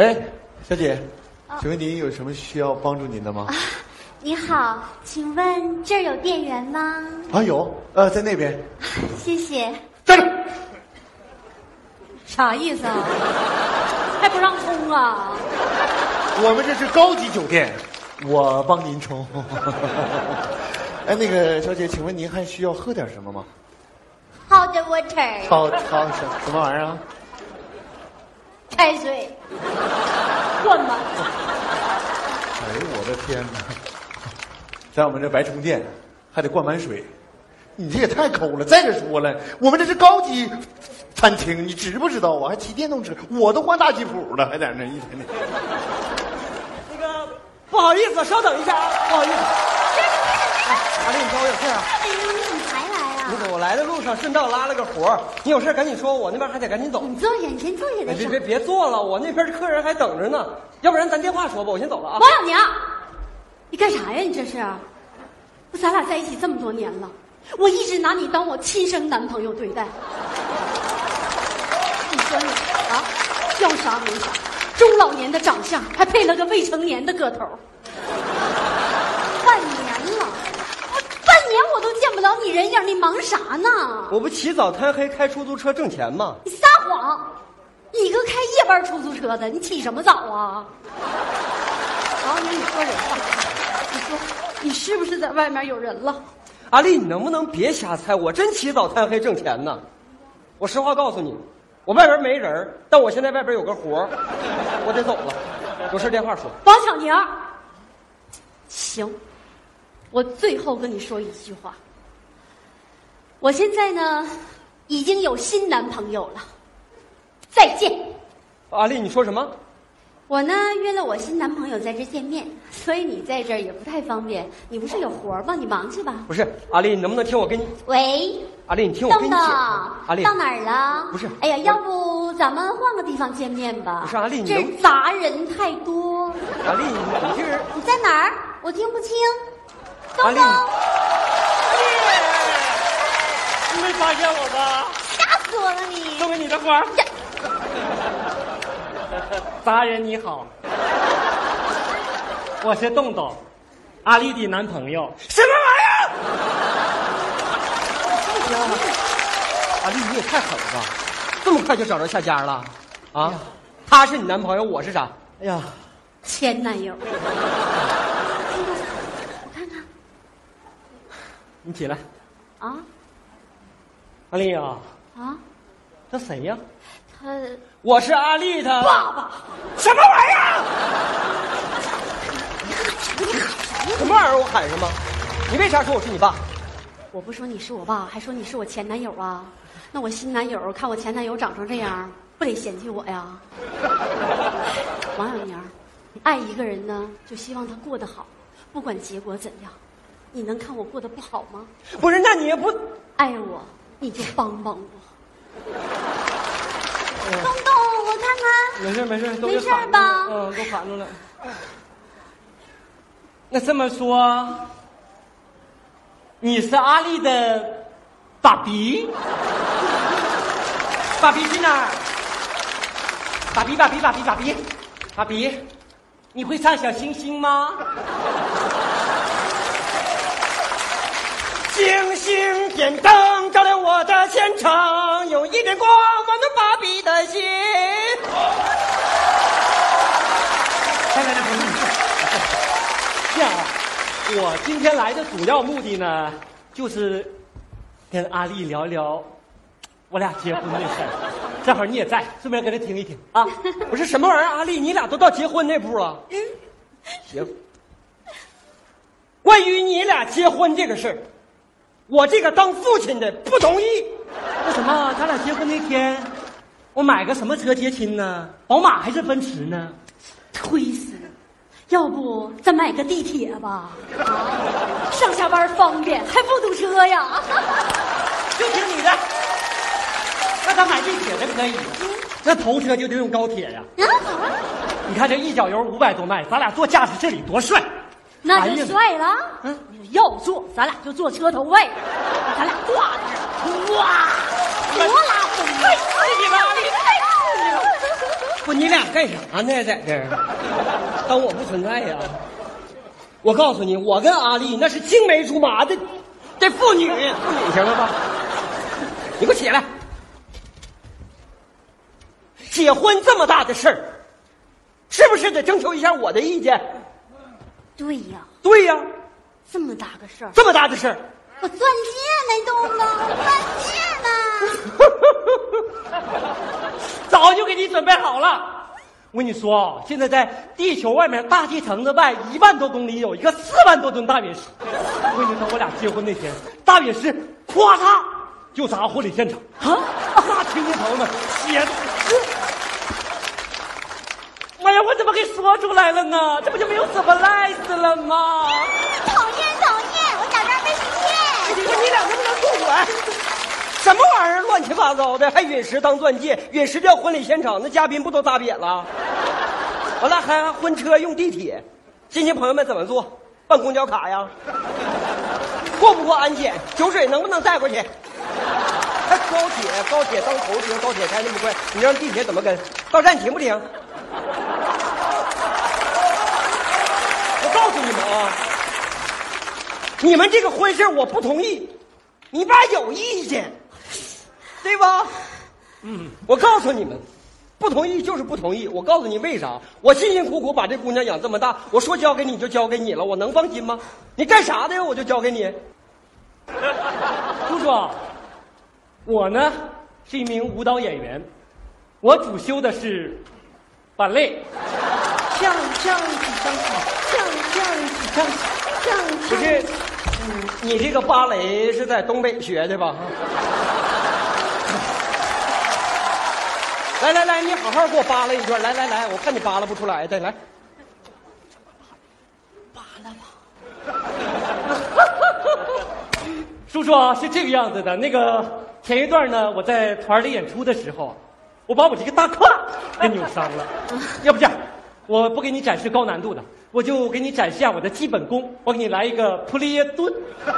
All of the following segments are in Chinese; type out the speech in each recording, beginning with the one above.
哎，小姐，请问您有什么需要帮助您的吗？ 你好，请问这儿有店员吗？ 啊，有，在那边。 谢谢。 站着。 啥意思啊？还不让冲啊？ 我们这是高级酒店，我帮您冲。哎，那个小姐，请问您还需要喝点什么吗？ Hot water。 好，什么玩意儿啊？ 开水。 灌满。 哎呦我的天哪！在我们这白充电，还得灌满水，你这也太抠了。再者说了，我们这是高级餐厅，你知不知道啊？还骑电动车，我都换大吉普了，还在那一天天。 那个不好意思，稍等一下啊，不好意思。阿丽，你找我有事啊？ 哎，你怎么才来啊？ 不是，我来的路上顺道拉了个活儿，你有事赶紧说，我那边还得赶紧走。 你坐下，你先坐下再说。 别坐了，我那边客人还等着呢，要不然咱电话说吧，我先走了啊。 王小娘，你干啥呀？你这是？不，咱俩在一起这么多年了，我一直拿你当我亲生男朋友对待。你说你啊，要啥没啥，中老年的长相，还配了个未成年的个头。 半年了，半年我都见不着你人影，你忙啥呢？ 我不起早贪黑开出租车挣钱吗？ 你撒谎！你个开夜班出租车的，你起什么早啊？王小娘，你说人话，你说你是不是在外面有人了？ 阿丽，你能不能别瞎猜？我真起早贪黑挣钱呢。我实话告诉你，我外边没人，但我现在外边有个活儿，我得走了。有事电话说。 王小娘，行，我最后跟你说一句话。我现在呢，已经有新男朋友了，再见。 阿丽，你说什么？ 我呢约了我新男朋友在这见面，所以你在这儿也不太方便。你不是有活吗？你忙去吧。 不是，阿丽，你能不能听我跟你？ 喂， 阿丽，你听我跟你讲。阿丽， 到哪儿了？ 不是， 哎呀，要不咱们换个地方见面吧？ 不是，阿丽，你这儿杂人太多。 阿丽，你这人你在哪儿？我听不清。 阿丽， 东， 你没发现我吧？ 吓死我了你！ 送给你的花。杂人你好，我是洞洞，阿丽的男朋友。什么玩意儿？阿丽，你也太狠了吧！这么快就找着下家了？啊？他是你男朋友，我是啥？ 哎呀， 前男友。我看看。 你起来。 啊阿丽啊， 啊， 他谁呀？ 他我是阿丽他爸爸。 什么玩意儿？什么玩意儿？我喊什么？你为啥说我是你爸？ 我不说你是我爸，还说你是我前男友啊？那我新男友看我前男友长成这样，不得嫌弃我呀？王小娘，爱一个人呢，就希望他过得好，不管结果怎样。你能看我过得不好吗？ 不是，那你也不爱我，你就帮帮我。 东东，我看看。 没事没事，都没事给喊住吧了都喊住了。那这么说，你是阿丽的爸比？爸比去哪儿？爸比，爸比，你会唱小星星吗？星星点灯照亮我的前程，有一点光温暖爸比的心。来，这样啊，我今天来的主要目的呢，就是跟阿丽聊聊我俩结婚的事儿。正好你也在，顺便跟他听一听啊。不是什么玩意儿，阿丽，你俩都到结婚那步了？结婚。关于你俩结婚这个事儿，我这个当父亲的不同意。那什么，咱俩结婚那天，我买个什么车接亲呢？宝马还是奔驰呢？ 推死了！要不咱买个地铁吧？啊，上下班方便，还不堵车呀？ 就听你的。那咱买地铁的可以，那头车就得用高铁呀。你看这一脚油500多迈，咱俩坐驾驶室里多帅！ 那就帅了。要坐，咱俩就坐车头位，咱俩挂着，哇，多拉风！太刺激了！ 不，你俩干啥呢？在这儿当我不存在呀？我告诉你，我跟阿丽那是青梅竹马的妇女行了吧？你给我起来！结婚这么大的事儿，是不是得征求一下我的意见？ 对呀， 对呀， 这么大个事儿， 这么大的事儿， 我钻戒呢，东东，钻戒呢？ 早就给你准备好了。我跟你说，现在在地球外面大气层子外1万多公里有一个4万多吨大陨石。我跟你说，我俩结婚那天，大陨石咵嚓就砸婚礼现场啊！那亲戚朋友们血都哎呀，我怎么给说出来了呢？这不就没有surprise了吗？ 讨厌讨厌，我假装没听见。 你说你俩能不能住嘴？什么玩意儿乱七八糟的，还陨石当钻戒，陨石掉婚礼现场，那嘉宾不都砸瘪了？完了还婚车用地铁，亲戚朋友们怎么做？办公交卡呀？过不过安检？酒水能不能带过去？还高铁当头车，高铁开那么快，你让地铁怎么跟？到站停不停？我告诉你们啊，你们这个婚事我不同意，你爸有意见。对吧？我告诉你们，不同意就是不同意。我告诉你为啥？我辛辛苦苦把这姑娘养这么大，我说交给你就交给你了，我能放心吗？你干啥的呀？我就交给你。叔叔，我呢是一名舞蹈演员，我主修的是芭蕾。 锵锵几张好，锵锵几张好，锵不是，你这个芭蕾是在东北学的吧？来，你好好给我扒拉一段。来，我看你扒拉不出来的，来， 扒拉吧。 叔叔是这个样子的，那个前一段呢，我在团里演出的时候，我把我这个大胯给扭伤了。要不这样，我不给你展示高难度的，我就给你展示下我的基本功，我给你来一个普利耶蹲。哎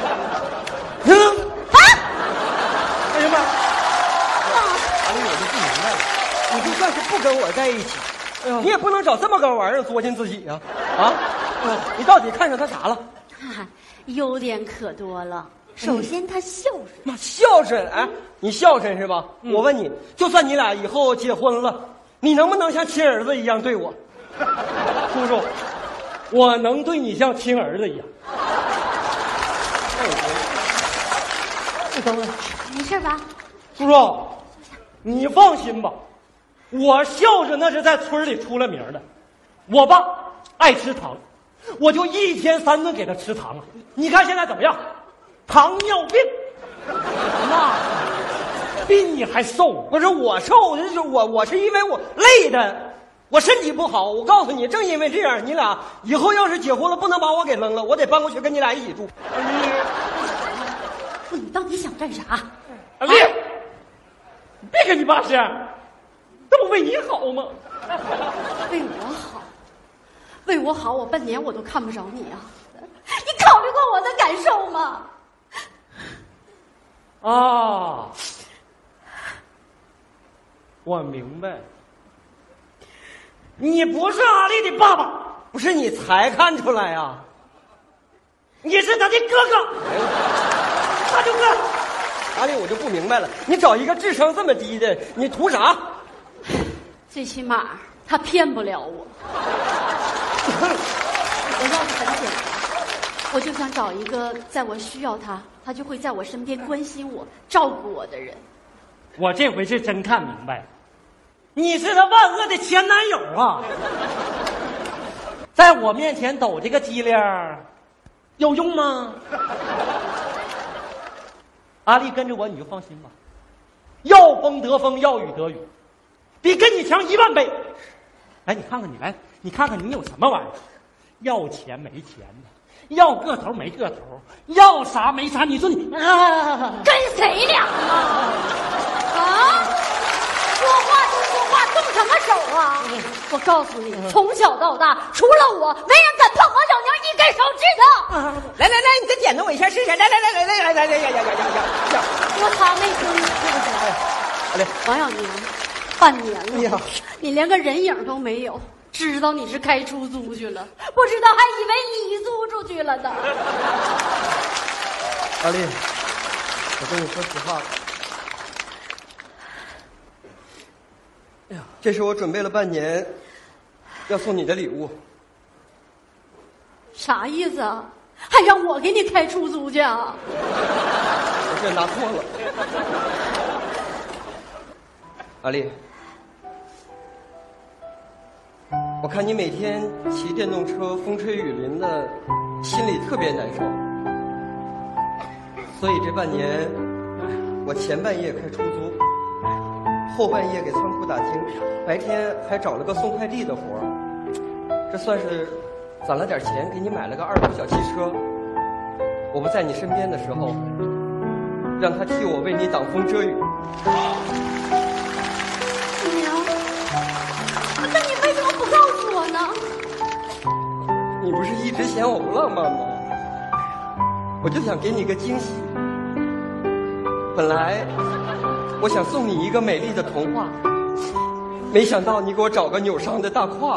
呀妈！我就不明白了，你就算是不跟我在一起，你也不能找这么个玩意儿作践自己呀！你到底看上他啥了？ 优点可多了。首先他孝顺， 孝顺，哎，你孝顺是吧？我问你，就算你俩以后结婚了，你能不能像亲儿子一样对我？叔叔，我能对你像亲儿子一样。你等会儿， 没事吧？ 叔叔，你放心吧，我孝顺那是在村里出了名的。我爸爱吃糖，我就1天3顿给他吃糖啊。你看现在怎么样？糖尿病，那比你还瘦。不是我瘦的，就是我是因为我累的，我身体不好。我告诉你，正因为这样，你俩以后要是结婚了，不能把我给扔了，我得搬过去跟你俩一起住。 不，你到底想干啥？ 阿丽，你别跟你爸这样，这不为你好吗？ 为我好，为我好，我半年我都看不着你啊！你考虑过我的感受吗？ 啊，我明白，你不是阿丽的爸爸，不是你才看出来呀？你是他的哥哥，大舅哥。阿丽，我就不明白了，你找一个智商这么低的，你图啥？ 最起码他骗不了我。我要是很简单，我就想找一个在我需要他，他就会在我身边关心我、照顾我的人。 我这回是真看明白了，你是他万恶的前男友啊！在我面前抖这个机灵，有用吗？阿丽跟着我你就放心吧，要风得风，要雨得雨，比跟你强1万倍。来，你看看你，来，你看看你有什么玩意儿？要钱没钱的，要个头没个头，要啥没啥。你说你跟谁俩啊？说话就说话，动什么手啊？我告诉你，从小到大，除了我，没人敢碰我老娘一根手指头。 来，你再点动我一下试试。来，呀！ 我擦，没听你是不是？ 来， 王小宁， 半年了， 哎呀你连个人影都没有，知道你是开出租去了，不知道还以为你租出去了呢。 阿丽，我跟你说实话，哎呀，这是我准备了半年要送你的礼物。 啥意思啊？还让我给你开出租去啊？ 我这拿错了。阿丽，我看你每天骑电动车风吹雨淋的，心里特别难受。所以这半年，我前半夜开出租，后半夜给仓库打更，白天还找了个送快递的活儿。这算是攒了点钱，给你买了个2手小汽车。我不在你身边的时候，让他替我为你挡风遮雨。 娘，那你为什么不告诉我呢？ 你不是一直嫌我不浪漫吗？我就想给你个惊喜。本来我想送你一个美丽的童话，没想到你给我找个扭伤的大胯。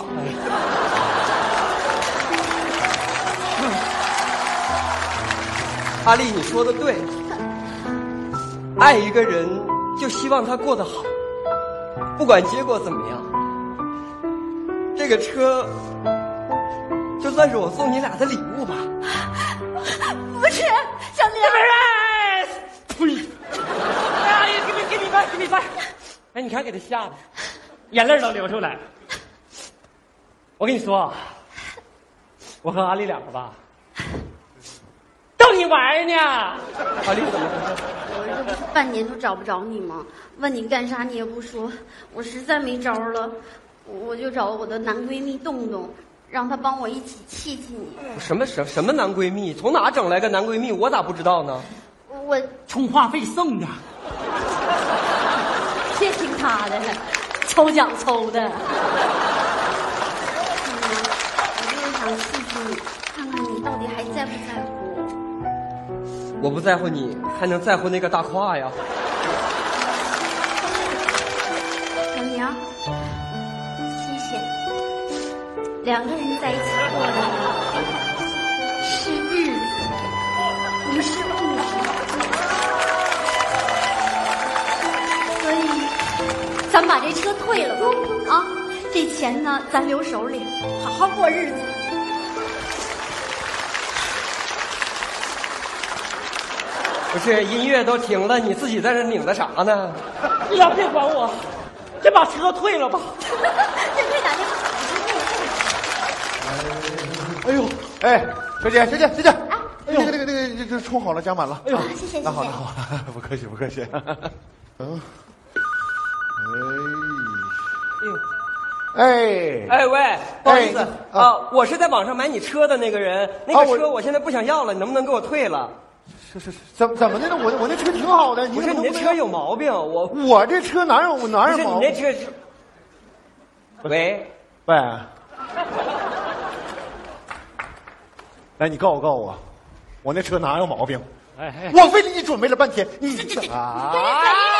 阿丽，你说的对，爱一个人就希望他过得好，不管结果怎么样。这个车就算是我送你俩的礼物吧。 不是，小玲。 呸！哎呀，给你翻！哎，你看给他吓的，眼泪都流出来了。我跟你说，我和阿丽两个吧，逗你玩呢。阿丽怎么回事？ 我这不是半年都找不着你吗？问你干啥你也不说，我实在没招了，我就找我的男闺蜜洞洞，让他帮我一起气气你。 什么男闺蜜？从哪整来个男闺蜜？我咋不知道呢？ 我充话费送的。 别听他的，抽奖抽的。我就是想气气你，看看你到底还在不在乎我。 我不在乎你，还能在乎那个大胯呀？ 小娘，谢谢。两个人在一起过的是日子，不是物质。所以，咱把这车退了吧，啊，这钱呢，咱留手里，好好过日子。 不是，音乐都停了，你自己在这拧的啥呢？你俩别管我，先把车退了吧。 这可以打电话。 哎呦，哎，小姐，哎呦，那个，这充好了，加满了。 哎呦，谢谢。 那好，不客气。嗯， 哎喂，不好意思啊，我是在网上买你车的那个人，那个车我现在不想要了，你能不能给我退了？ 是，怎么的呢？我那车挺好的， 不是你那车有毛病， 我这车哪有毛病？ 不是你那车是，喂， 来，你告诉我，我那车哪有毛病？ 哎， 我为了你准备了半天，你啊！